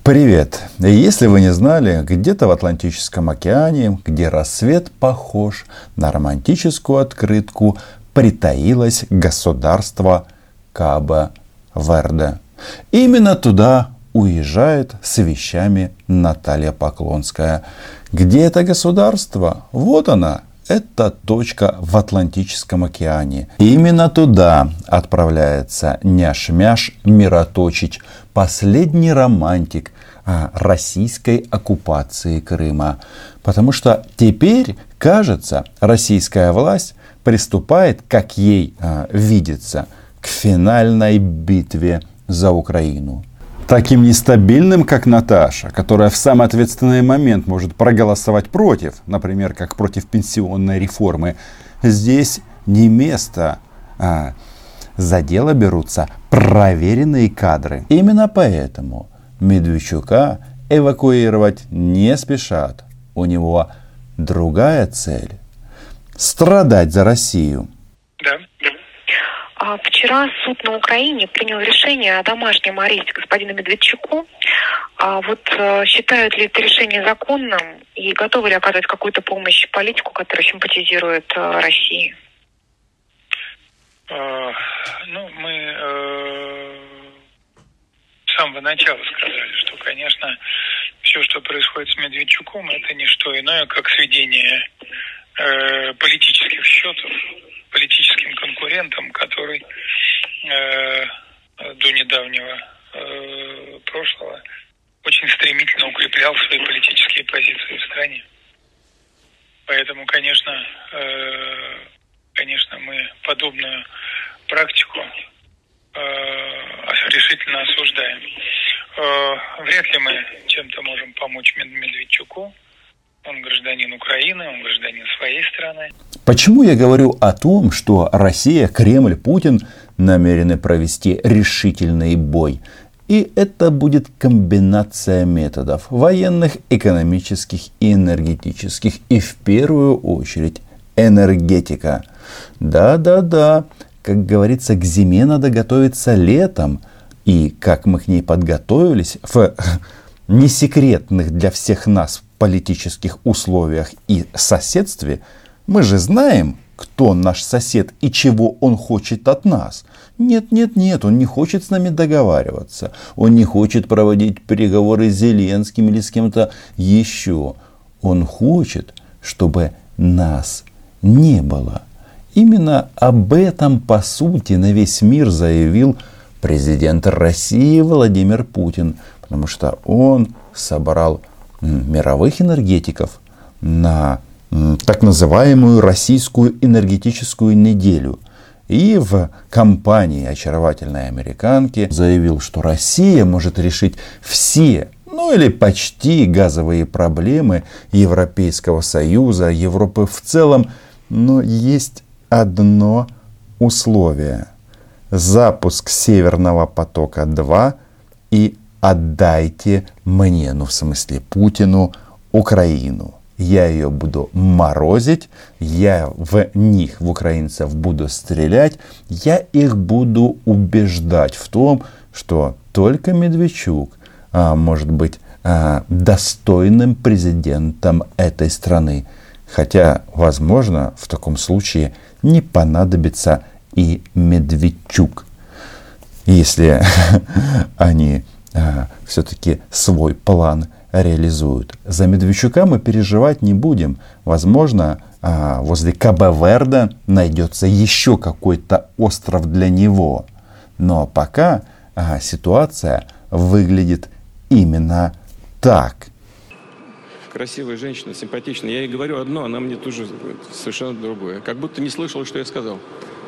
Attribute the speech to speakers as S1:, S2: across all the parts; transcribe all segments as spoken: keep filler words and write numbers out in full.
S1: Привет! Если вы не знали, где-то в Атлантическом океане, где рассвет похож на романтическую открытку, притаилось государство Кабо-Верде. Именно туда уезжает с вещами Наталья Поклонская. Где это государство? Вот она. Это точка в Атлантическом океане. Именно туда отправляется Няш-Мяш Мироточич, последний романтик российской оккупации Крыма. Потому что теперь, кажется, российская власть приступает, как ей э, видится, к финальной битве за Украину. Таким нестабильным, как Наташа, которая в самый ответственный момент может проголосовать против, например, как против пенсионной реформы, здесь не место, а за дело берутся проверенные кадры. Именно поэтому Медведчука эвакуировать не спешат. У него другая цель – страдать за Россию.
S2: Да. Вчера суд на Украине принял решение о домашнем аресте господина Медведчуку. А вот считают ли это решение законным и готовы ли оказать какую-то помощь политику, который симпатизирует России?
S3: А, ну, мы э, с самого начала сказали, что, конечно, все, что происходит с Медведчуком, это не что иное, как сведение э, политических счетов политическим конкурентам, который э, до недавнего э, прошлого очень стремительно укреплял свои политические позиции в стране. Поэтому, конечно, э, конечно, мы подобную практику э, решительно осуждаем. Э, вряд ли мы чем-то можем помочь Медведчуку. Он гражданин Украины, он гражданин своей страны.
S1: Почему я говорю о том, что Россия, Кремль, Путин намерены провести решительный бой? И это будет комбинация методов военных, экономических и энергетических. И в первую очередь энергетика. Да-да-да, как говорится, к зиме надо готовиться летом. И как мы к ней подготовились в несекретных для всех нас политических условиях и соседстве, мы же знаем, кто наш сосед и чего он хочет от нас. Нет, нет, нет, он не хочет с нами договариваться. Он не хочет проводить переговоры с Зеленским или с кем-то еще. Он хочет, чтобы нас не было. Именно об этом, по сути, на весь мир заявил президент России Владимир Путин. Потому что он собрал мировых энергетиков на так называемую российскую энергетическую неделю. И в компании очаровательной американки заявил, что Россия может решить все, ну или почти газовые проблемы Европейского Союза, Европы в целом. Но есть одно условие. Запуск Северного потока-два и отдайте мне, ну в смысле Путину, Украину. Я ее буду морозить, я в них, в украинцев, буду стрелять, я их буду убеждать в том, что только Медведчук а, может быть а, достойным президентом этой страны. Хотя, возможно, в таком случае не понадобится и Медведчук, если они а, все-таки свой план реализуют. За Медведчука мы переживать не будем. Возможно, а, возле Кабо-Верде найдется еще какой-то остров для него. Но пока а, ситуация выглядит именно так.
S4: Красивая женщина, симпатичная. Я ей говорю одно, она мне тоже совершенно другое. Как будто не слышала, что я сказал.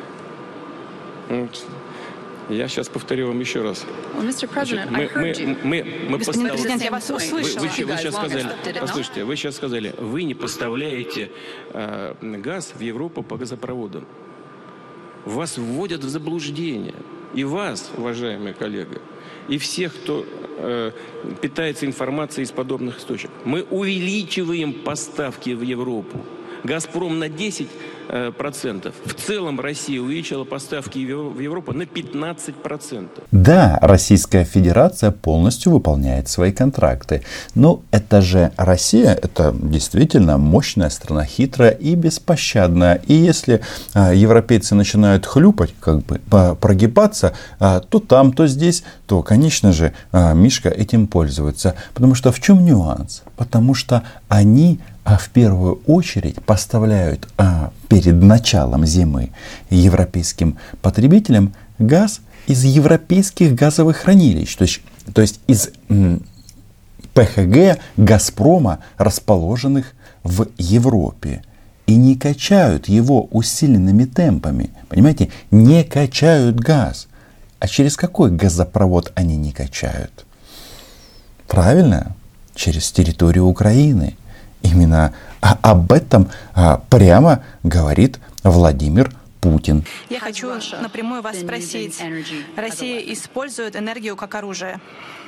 S4: Вот. Я сейчас повторю вам еще раз. Значит, мы, мы, мы, мы
S5: Господин президент, я вас услышала.
S4: Вы, вы, вы сейчас сказали, послушайте, вы сейчас сказали, вы не поставляете э, газ в Европу по газопроводам. Вас вводят в заблуждение. И вас, уважаемый коллега, и всех, кто э, питается информацией из подобных источников. Мы увеличиваем поставки в Европу. «Газпром» на десять процентов. В целом Россия увеличила поставки в Европу на пятнадцать процентов.
S1: Да, Российская Федерация полностью выполняет свои контракты. Но это же Россия, это действительно мощная страна, хитрая и беспощадная. И если а, европейцы начинают хлюпать, как бы прогибаться, а, то там, то здесь, то, конечно же, а, Мишка этим пользуется. Потому что в чем нюанс? Потому что они а, в первую очередь поставляют а, перед началом зимы европейским потребителям газ из европейских газовых хранилищ. То есть, то есть из м, ПХГ «Газпрома», расположенных в Европе. И не качают его усиленными темпами. Понимаете, не качают газ. А через какой газопровод они не качают? Правильно, через территорию Украины. Именно об этом а, прямо говорит Владимир Путин.
S5: Я хочу напрямую вас спросить. Россия использует энергию как оружие?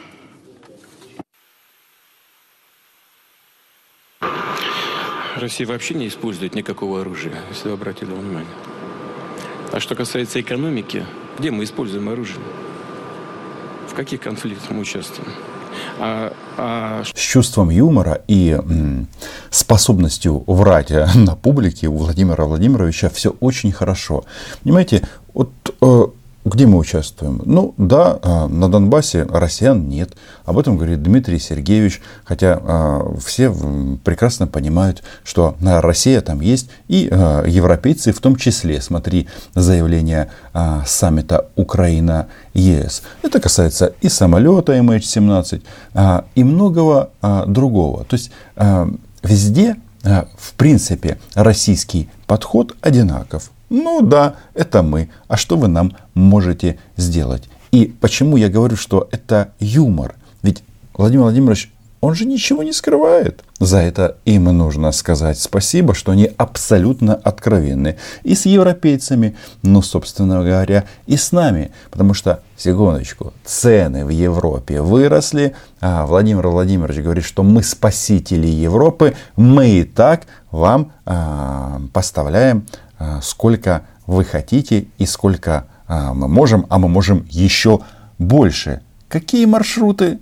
S4: Россия вообще не использует никакого оружия, если вы обратили внимание. А что касается экономики, где мы используем оружие? В каких конфликтах мы участвуем? А, а...
S1: С чувством юмора и м, способностью врать на публике у Владимира Владимировича все очень хорошо. Понимаете, вот э, где мы участвуем? Ну да, э, на Донбассе россиян нет. Об этом говорит Дмитрий Сергеевич. Хотя э, все прекрасно понимают, что э, Россия там есть и э, европейцы в том числе. Смотри заявление э, саммита Украина-ЕС. Это касается и самолета эм эйч семнадцать, э, и многого э, другого. То есть э, везде, э, в принципе, российский подход одинаков. Ну да, это мы. А что вы нам можете сделать? И почему я говорю, что это юмор? Ведь Владимир Владимирович, он же ничего не скрывает. За это им нужно сказать спасибо, что они абсолютно откровенны. И с европейцами, ну, собственно говоря, и с нами. Потому что, секундочку, цены в Европе выросли. А Владимир Владимирович говорит, что мы спасители Европы. Мы и так вам а, поставляем сколько вы хотите и сколько а, мы можем, а мы можем еще больше. Какие маршруты?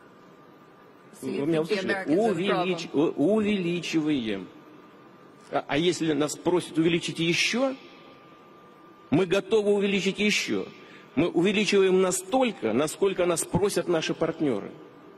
S4: Увелич... Увеличиваем. А, а если нас просят увеличить еще, мы готовы увеличить еще. Мы увеличиваем настолько, насколько нас просят наши партнеры.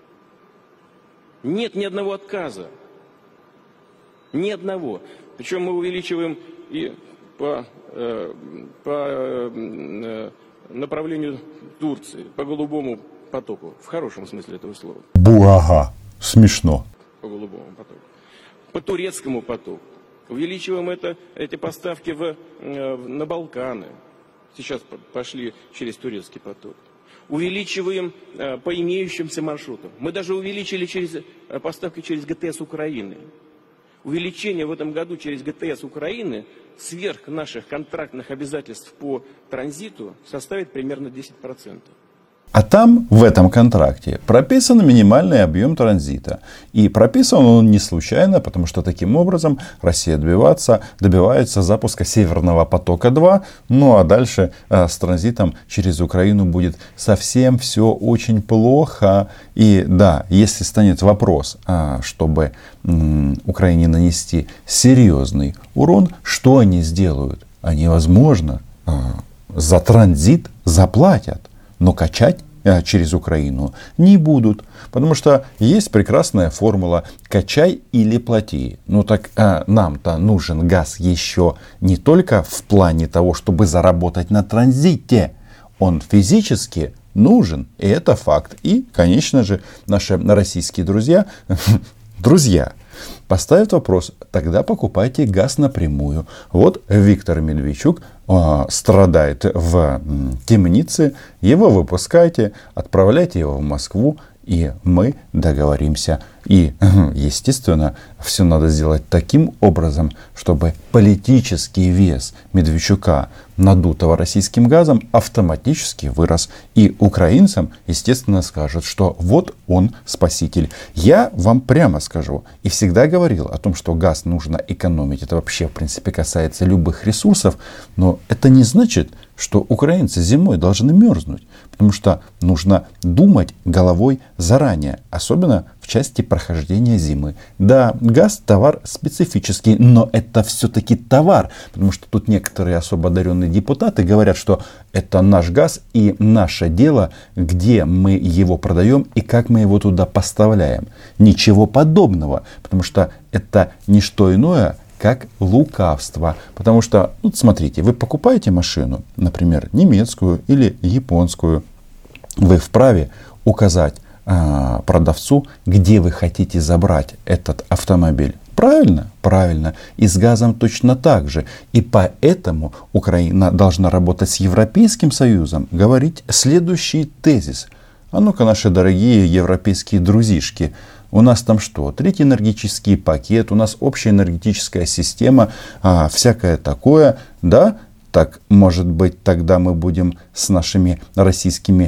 S4: Нет ни одного отказа. Ни одного. Причем мы увеличиваем и по, э, по э, направлению Турции, по голубому потоку, в хорошем смысле этого слова.
S1: Буага, смешно.
S4: По голубому потоку. По турецкому потоку. Увеличиваем это, эти поставки в, э, на Балканы. Сейчас пошли через турецкий поток. Увеличиваем э, по имеющимся маршрутам. Мы даже увеличили через, э, поставки через ГТС Украины. Увеличение в этом году через ГТС Украины сверх наших контрактных обязательств по транзиту составит примерно десять процентов.
S1: А там, в этом контракте, прописан минимальный объем транзита. И прописан он не случайно, потому что таким образом Россия добивается, добивается запуска Северного потока-два. Ну а дальше а, с транзитом через Украину будет совсем все очень плохо. И да, если станет вопрос, а, чтобы м, Украине нанести серьезный урон, что они сделают? Они, возможно, а, за транзит заплатят. Но качать а, через Украину не будут. Потому что есть прекрасная формула «качай или плати». Ну так а, нам-то нужен газ еще не только в плане того, чтобы заработать на транзите. Он физически нужен. И это факт. И, конечно же, наши российские друзья, друзья, поставят вопрос, тогда покупайте газ напрямую. Вот Виктор Медведчук э, страдает в темнице, его выпускайте, отправляйте его в Москву и мы договоримся. И, естественно, все надо сделать таким образом, чтобы политический вес Медведчука, надутого российским газом, автоматически вырос. И украинцам, естественно, скажут, что вот он спаситель. Я вам прямо скажу, и всегда говорил о том, что газ нужно экономить. Это вообще, в принципе, касается любых ресурсов. Но это не значит, что украинцы зимой должны мерзнуть. Потому что нужно думать головой заранее. Особенно в части прохождения зимы. Да, газ товар специфический, но это все-таки товар. Потому что тут некоторые особо одаренные депутаты говорят, что это наш газ и наше дело, где мы его продаем и как мы его туда поставляем. Ничего подобного. Потому что это не что иное, как лукавство. Потому что, ну, смотрите, вы покупаете машину, например, немецкую или японскую, вы вправе указать а, продавцу, где вы хотите забрать этот автомобиль. Правильно? Правильно. И с газом точно так же. И поэтому Украина должна работать с Европейским Союзом, говорить следующий тезис. А ну-ка, наши дорогие европейские друзишки, у нас там что? Третий энергетический пакет, у нас общая энергетическая система, а, всякое такое, да? Так, может быть, тогда мы будем с нашими российскими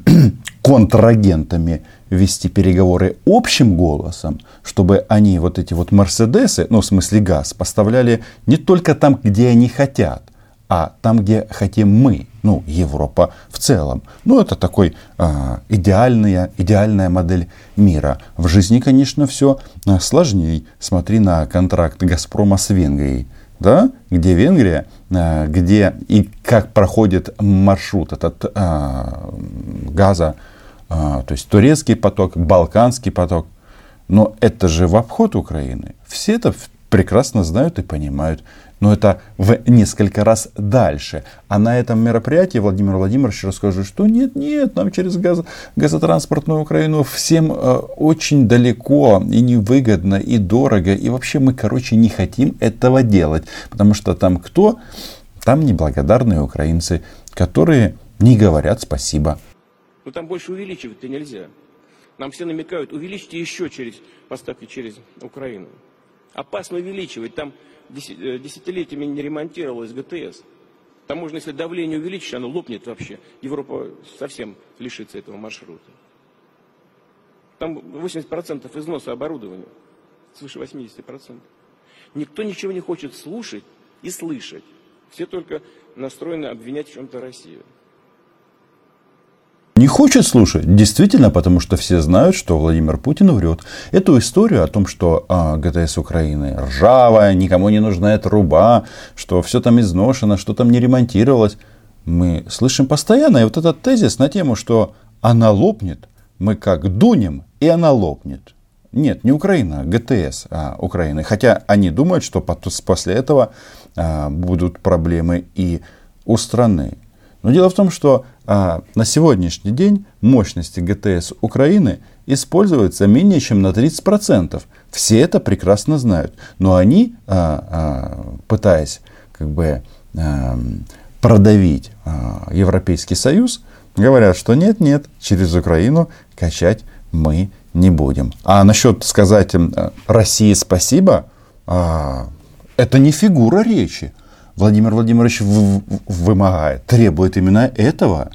S1: контрагентами вести переговоры общим голосом, чтобы они вот эти вот Мерседесы, ну, в смысле газ, поставляли не только там, где они хотят, а там, где хотим мы, ну, Европа в целом. Ну, это такой а, идеальная, идеальная модель мира. В жизни, конечно, все сложнее. Смотри на контракт «Газпрома» с Венгрией. Да? Где Венгрия, где и как проходит маршрут этот а, газа, а, то есть турецкий поток, балканский поток. Но это же в обход Украины. Все это прекрасно знают и понимают. Но это в несколько раз дальше. А на этом мероприятии Владимир Владимирович расскажет, что нет, нет, нам через газ, газотранспортную Украину всем э, очень далеко и невыгодно, и дорого. И вообще мы, короче, не хотим этого делать. Потому что там кто? Там неблагодарные украинцы, которые не говорят спасибо.
S4: Но там больше увеличивать-то нельзя. Нам все намекают, увеличьте еще через поставки через Украину. Опасно увеличивать. Там десятилетиями не ремонтировалась ГТС. Там можно, если давление увеличить, оно лопнет вообще. Европа совсем лишится этого маршрута. Там восемьдесят процентов износа оборудования. Свыше восемьдесят процентов. Никто ничего не хочет слушать и слышать. Все только настроены обвинять в чем-то Россию.
S1: Не хочет слушать, действительно, потому что все знают, что Владимир Путин врет. Эту историю о том, что а, ГТС Украины ржавая, никому не нужна труба, что все там изношено, что там не ремонтировалось, мы слышим постоянно. И вот этот тезис на тему, что она лопнет, мы как дунем, и она лопнет. Нет, не Украина, а ГТС а, Украины. Хотя они думают, что после этого а, будут проблемы и у страны. Но дело в том, что а, на сегодняшний день мощности ГТС Украины используются менее чем на тридцать процентов. Все это прекрасно знают. Но они, а, а, пытаясь как бы, а, продавить а, Европейский Союз, говорят, что нет-нет, через Украину качать мы не будем. А насчет сказать России спасибо, а, это не фигура речи. Владимир Владимирович вымогает, требует именно этого.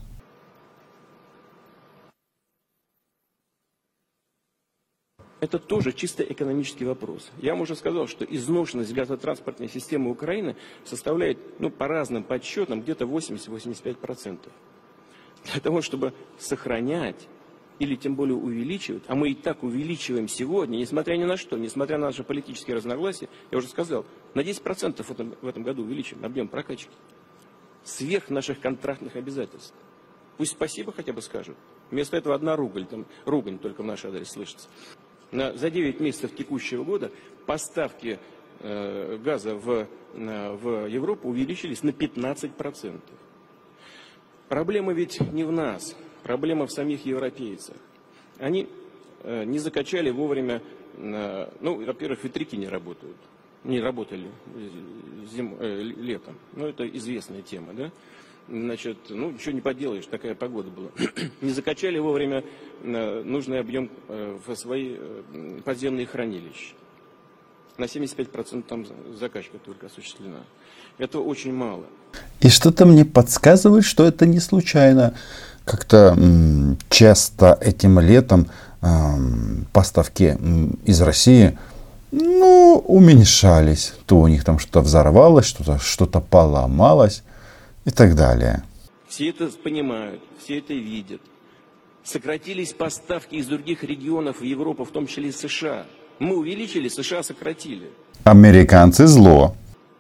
S4: Это тоже чисто экономический вопрос. Я вам уже сказал, что изношенность газотранспортной системы Украины составляет, ну, по разным подсчетам, где-то восемьдесят-восемьдесят пять процентов. Для того, чтобы сохранять или тем более увеличивать, а мы и так увеличиваем сегодня, несмотря ни на что, несмотря на наши политические разногласия, я уже сказал, на десять процентов в этом, в этом году увеличим объем прокачки. Сверх наших контрактных обязательств. Пусть спасибо хотя бы скажут. Вместо этого одна ругань, там, ругань только в наш адрес слышится. На, за девять месяцев текущего года поставки э, газа в, на, в Европу увеличились на пятнадцать процентов. Проблема ведь не в нас. Проблема в самих европейцах. Они э, не закачали вовремя, э, ну, во-первых, ветряки не работают. Не работали зим, э, летом. Ну, это известная тема, да? значит, ну, ничего не поделаешь, такая погода была. Не закачали вовремя нужный объем в свои подземные хранилища. На семьдесят пять процентов там закачка только осуществлена. Это очень мало.
S1: И что-то мне подсказывает, что это не случайно. Как-то м, часто этим летом м, поставки м, из России ну, уменьшались. То у них там что-то взорвалось, что-то, что-то поломалось и так далее.
S4: Все это понимают, все это видят. Сократились поставки из других регионов в Европу, в том числе из США. Мы увеличили, США сократили.
S1: Американцы зло.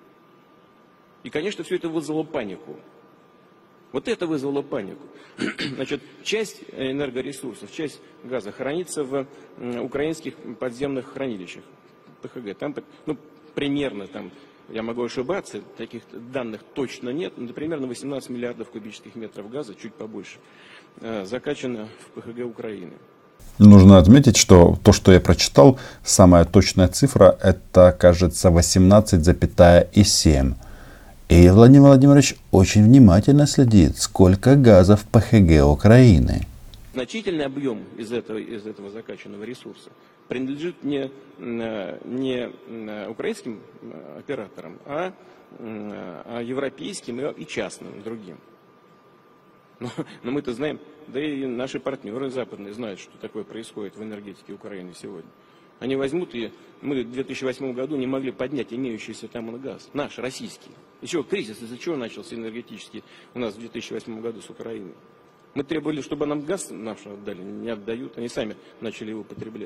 S4: И, конечно, все это вызвало панику. Вот это вызвало панику. Значит, часть энергоресурсов, часть газа хранится в украинских подземных хранилищах, ПХГ. Там, ну, примерно, там, я могу ошибаться, таких данных точно нет, но примерно восемнадцать миллиардов кубических метров газа, чуть побольше, закачано в ПХГ Украины.
S1: Нужно отметить, что то, что я прочитал, самая точная цифра, это, кажется, восемнадцать целых семь. И Владимир Владимирович очень внимательно следит, сколько газа в ПХГ Украины.
S4: Значительный объем из этого, из этого закачанного ресурса принадлежит не, не украинским операторам, а, а европейским и частным, другим. Но, но мы-то знаем, да и наши партнеры западные знают, что такое происходит в энергетике Украины сегодня. Они возьмут и мы в две тысячи восьмом году не могли поднять имеющийся там газ, наш, российский. Еще кризис из-за чего начался энергетический у нас в две тысячи восьмом году с Украиной. Мы требовали, чтобы нам газ наш отдали, не отдают, они сами начали его потреблять.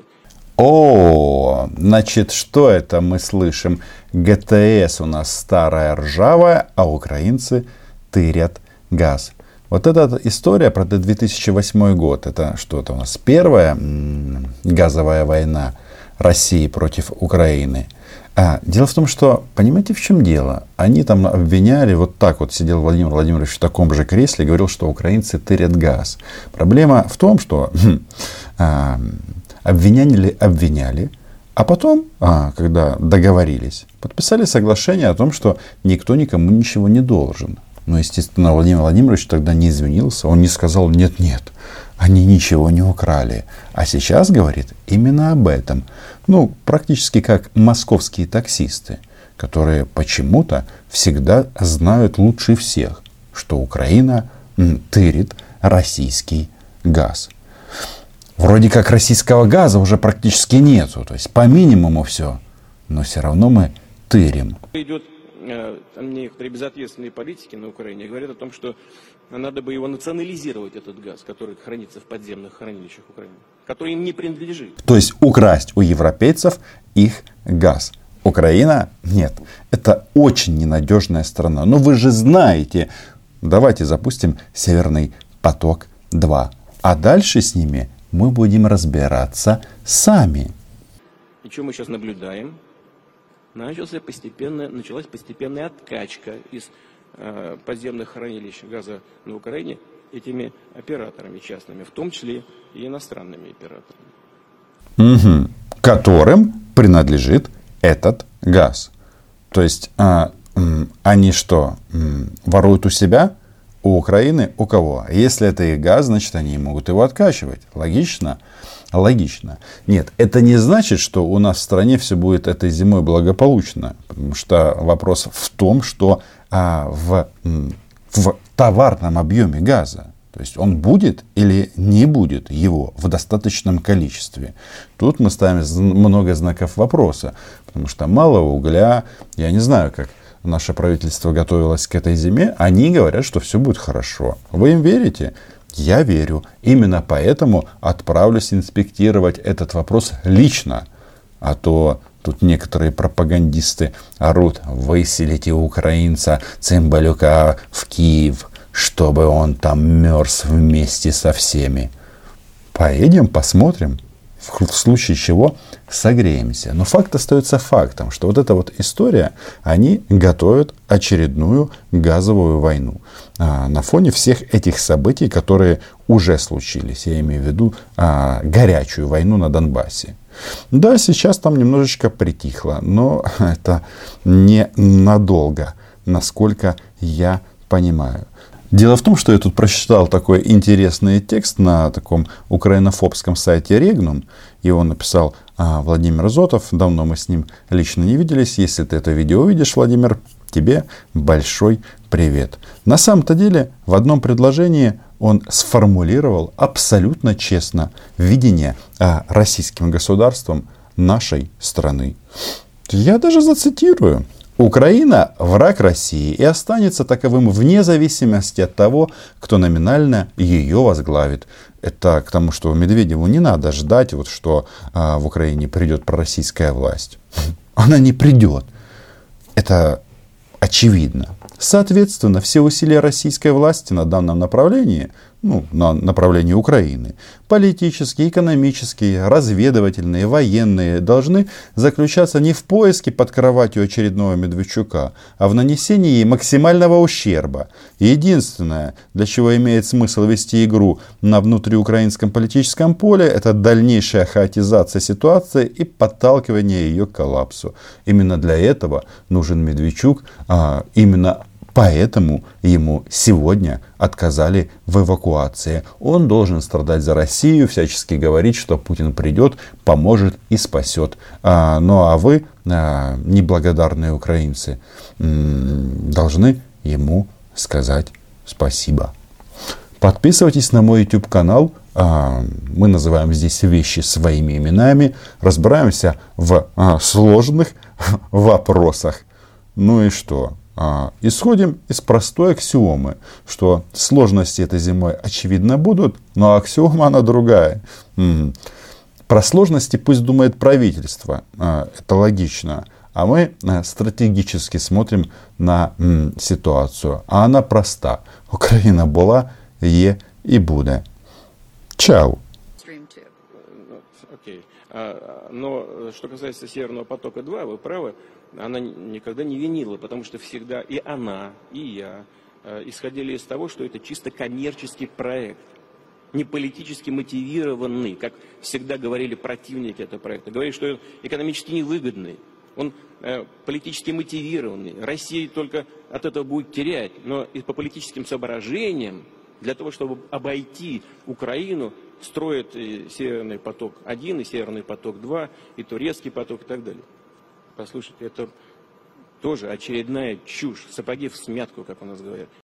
S1: О, значит, что это мы слышим? ГТС у нас старая ржавая, а украинцы тырят газ. Вот эта история про две тысячи восьмой год, это что-то у нас первая м-м, газовая война России против Украины. А, дело в том, что, понимаете, в чем дело? Они там обвиняли, вот так вот сидел Владимир Владимирович в таком же кресле и говорил, что украинцы тырят газ. Проблема в том, что а, обвиняли, обвиняли, а потом, а, когда договорились, подписали соглашение о том, что никто никому ничего не должен. Но, естественно, Владимир Владимирович тогда не извинился, он не сказал «нет-нет». Они ничего не украли. А сейчас говорит именно об этом. Ну, практически как московские таксисты, которые почему-то всегда знают лучше всех, что Украина м, тырит российский газ. Вроде как российского газа уже практически нету. То есть по минимуму все. Но все равно мы тырим.
S4: Идет там некоторые безответственные политики на Украине говорят о том, что надо бы его национализировать, этот газ, который хранится в подземных хранилищах Украины, который им не принадлежит.
S1: То есть украсть у европейцев их газ. Украина? Нет. Это очень ненадежная страна. Но вы же знаете, давайте запустим Северный поток-два. А дальше с ними мы будем разбираться сами.
S4: И что мы сейчас наблюдаем? Начался постепенно, началась постепенная откачка из э, подземных хранилищ газа на Украине этими операторами частными, в том числе и иностранными операторами.
S1: Угу. Которым принадлежит этот газ. То есть а, м, они что, м, воруют у себя? У Украины? У кого? Если это их газ, значит они могут его откачивать. Логично? Логично. Нет, это не значит, что у нас в стране все будет этой зимой благополучно. Потому что вопрос в том, что а, в, в товарном объеме газа, то есть он будет или не будет его в достаточном количестве. Тут мы ставим много знаков вопроса. Потому что мало угля, я не знаю, как наше правительство готовилось к этой зиме, они говорят, что все будет хорошо. Вы им верите? Я верю. Именно поэтому отправлюсь инспектировать этот вопрос лично. А то тут некоторые пропагандисты орут: выселите украинца Цымбалюка в Киев, чтобы он там мерз вместе со всеми. Поедем, посмотрим. В случае чего согреемся. Но факт остается фактом, что вот эта вот история, они готовят очередную газовую войну. А, на фоне всех этих событий, которые уже случились. Я имею в виду а, горячую войну на Донбассе. Да, сейчас там немножечко притихло, но это не надолго, насколько я понимаю. Дело в том, что я тут прочитал такой интересный текст на таком украинофобском сайте Регнум. Его написал а, Владимир Зотов. Давно мы с ним лично не виделись. Если ты это видео увидишь, Владимир, тебе большой привет. На самом-то деле, в одном предложении он сформулировал абсолютно честно видение а, российским государством нашей страны. Я даже зацитирую. Украина – враг России и останется таковым вне зависимости от того, кто номинально ее возглавит. Это к тому, что Медведеву не надо ждать, вот, что а, в Украине придет пророссийская власть. Она не придет. Это очевидно. Соответственно, все усилия российской власти на данном направлении, ну, на направлении Украины, политические, экономические, разведывательные, военные, должны заключаться не в поиске под кроватью очередного Медведчука, а в нанесении ей максимального ущерба. Единственное, для чего имеет смысл вести игру на внутриукраинском политическом поле, это дальнейшая хаотизация ситуации и подталкивание ее к коллапсу. Именно для этого нужен Медведчук, а именно поэтому ему сегодня отказали в эвакуации. Он должен страдать за Россию, всячески говорить, что Путин придет, поможет и спасет. А, ну а вы, а, неблагодарные украинцы, м- должны ему сказать спасибо. Подписывайтесь на мой YouTube канал. А, мы называем здесь вещи своими именами. Разбираемся в а, сложных вопросах. Ну и что? Исходим из простой аксиомы, что сложности этой зимой очевидно будут, но аксиома она другая. Про сложности пусть думает правительство, это логично, а мы стратегически смотрим на ситуацию. А она проста. Украина была, є и буде. Чао.
S4: Окей. Но что касается Северного потока-два, вы правы, она никогда не винила, потому что всегда и она, и я исходили из того, что это чисто коммерческий проект, не политически мотивированный, как всегда говорили противники этого проекта. Говорили, что он экономически невыгодный, он политически мотивированный. Россия только от этого будет терять, но и по политическим соображениям, для того, чтобы обойти Украину, строят и Северный поток-один, и Северный поток-два, и Турецкий поток и так далее. Послушайте, это тоже очередная чушь, сапоги в смятку, как у нас говорят.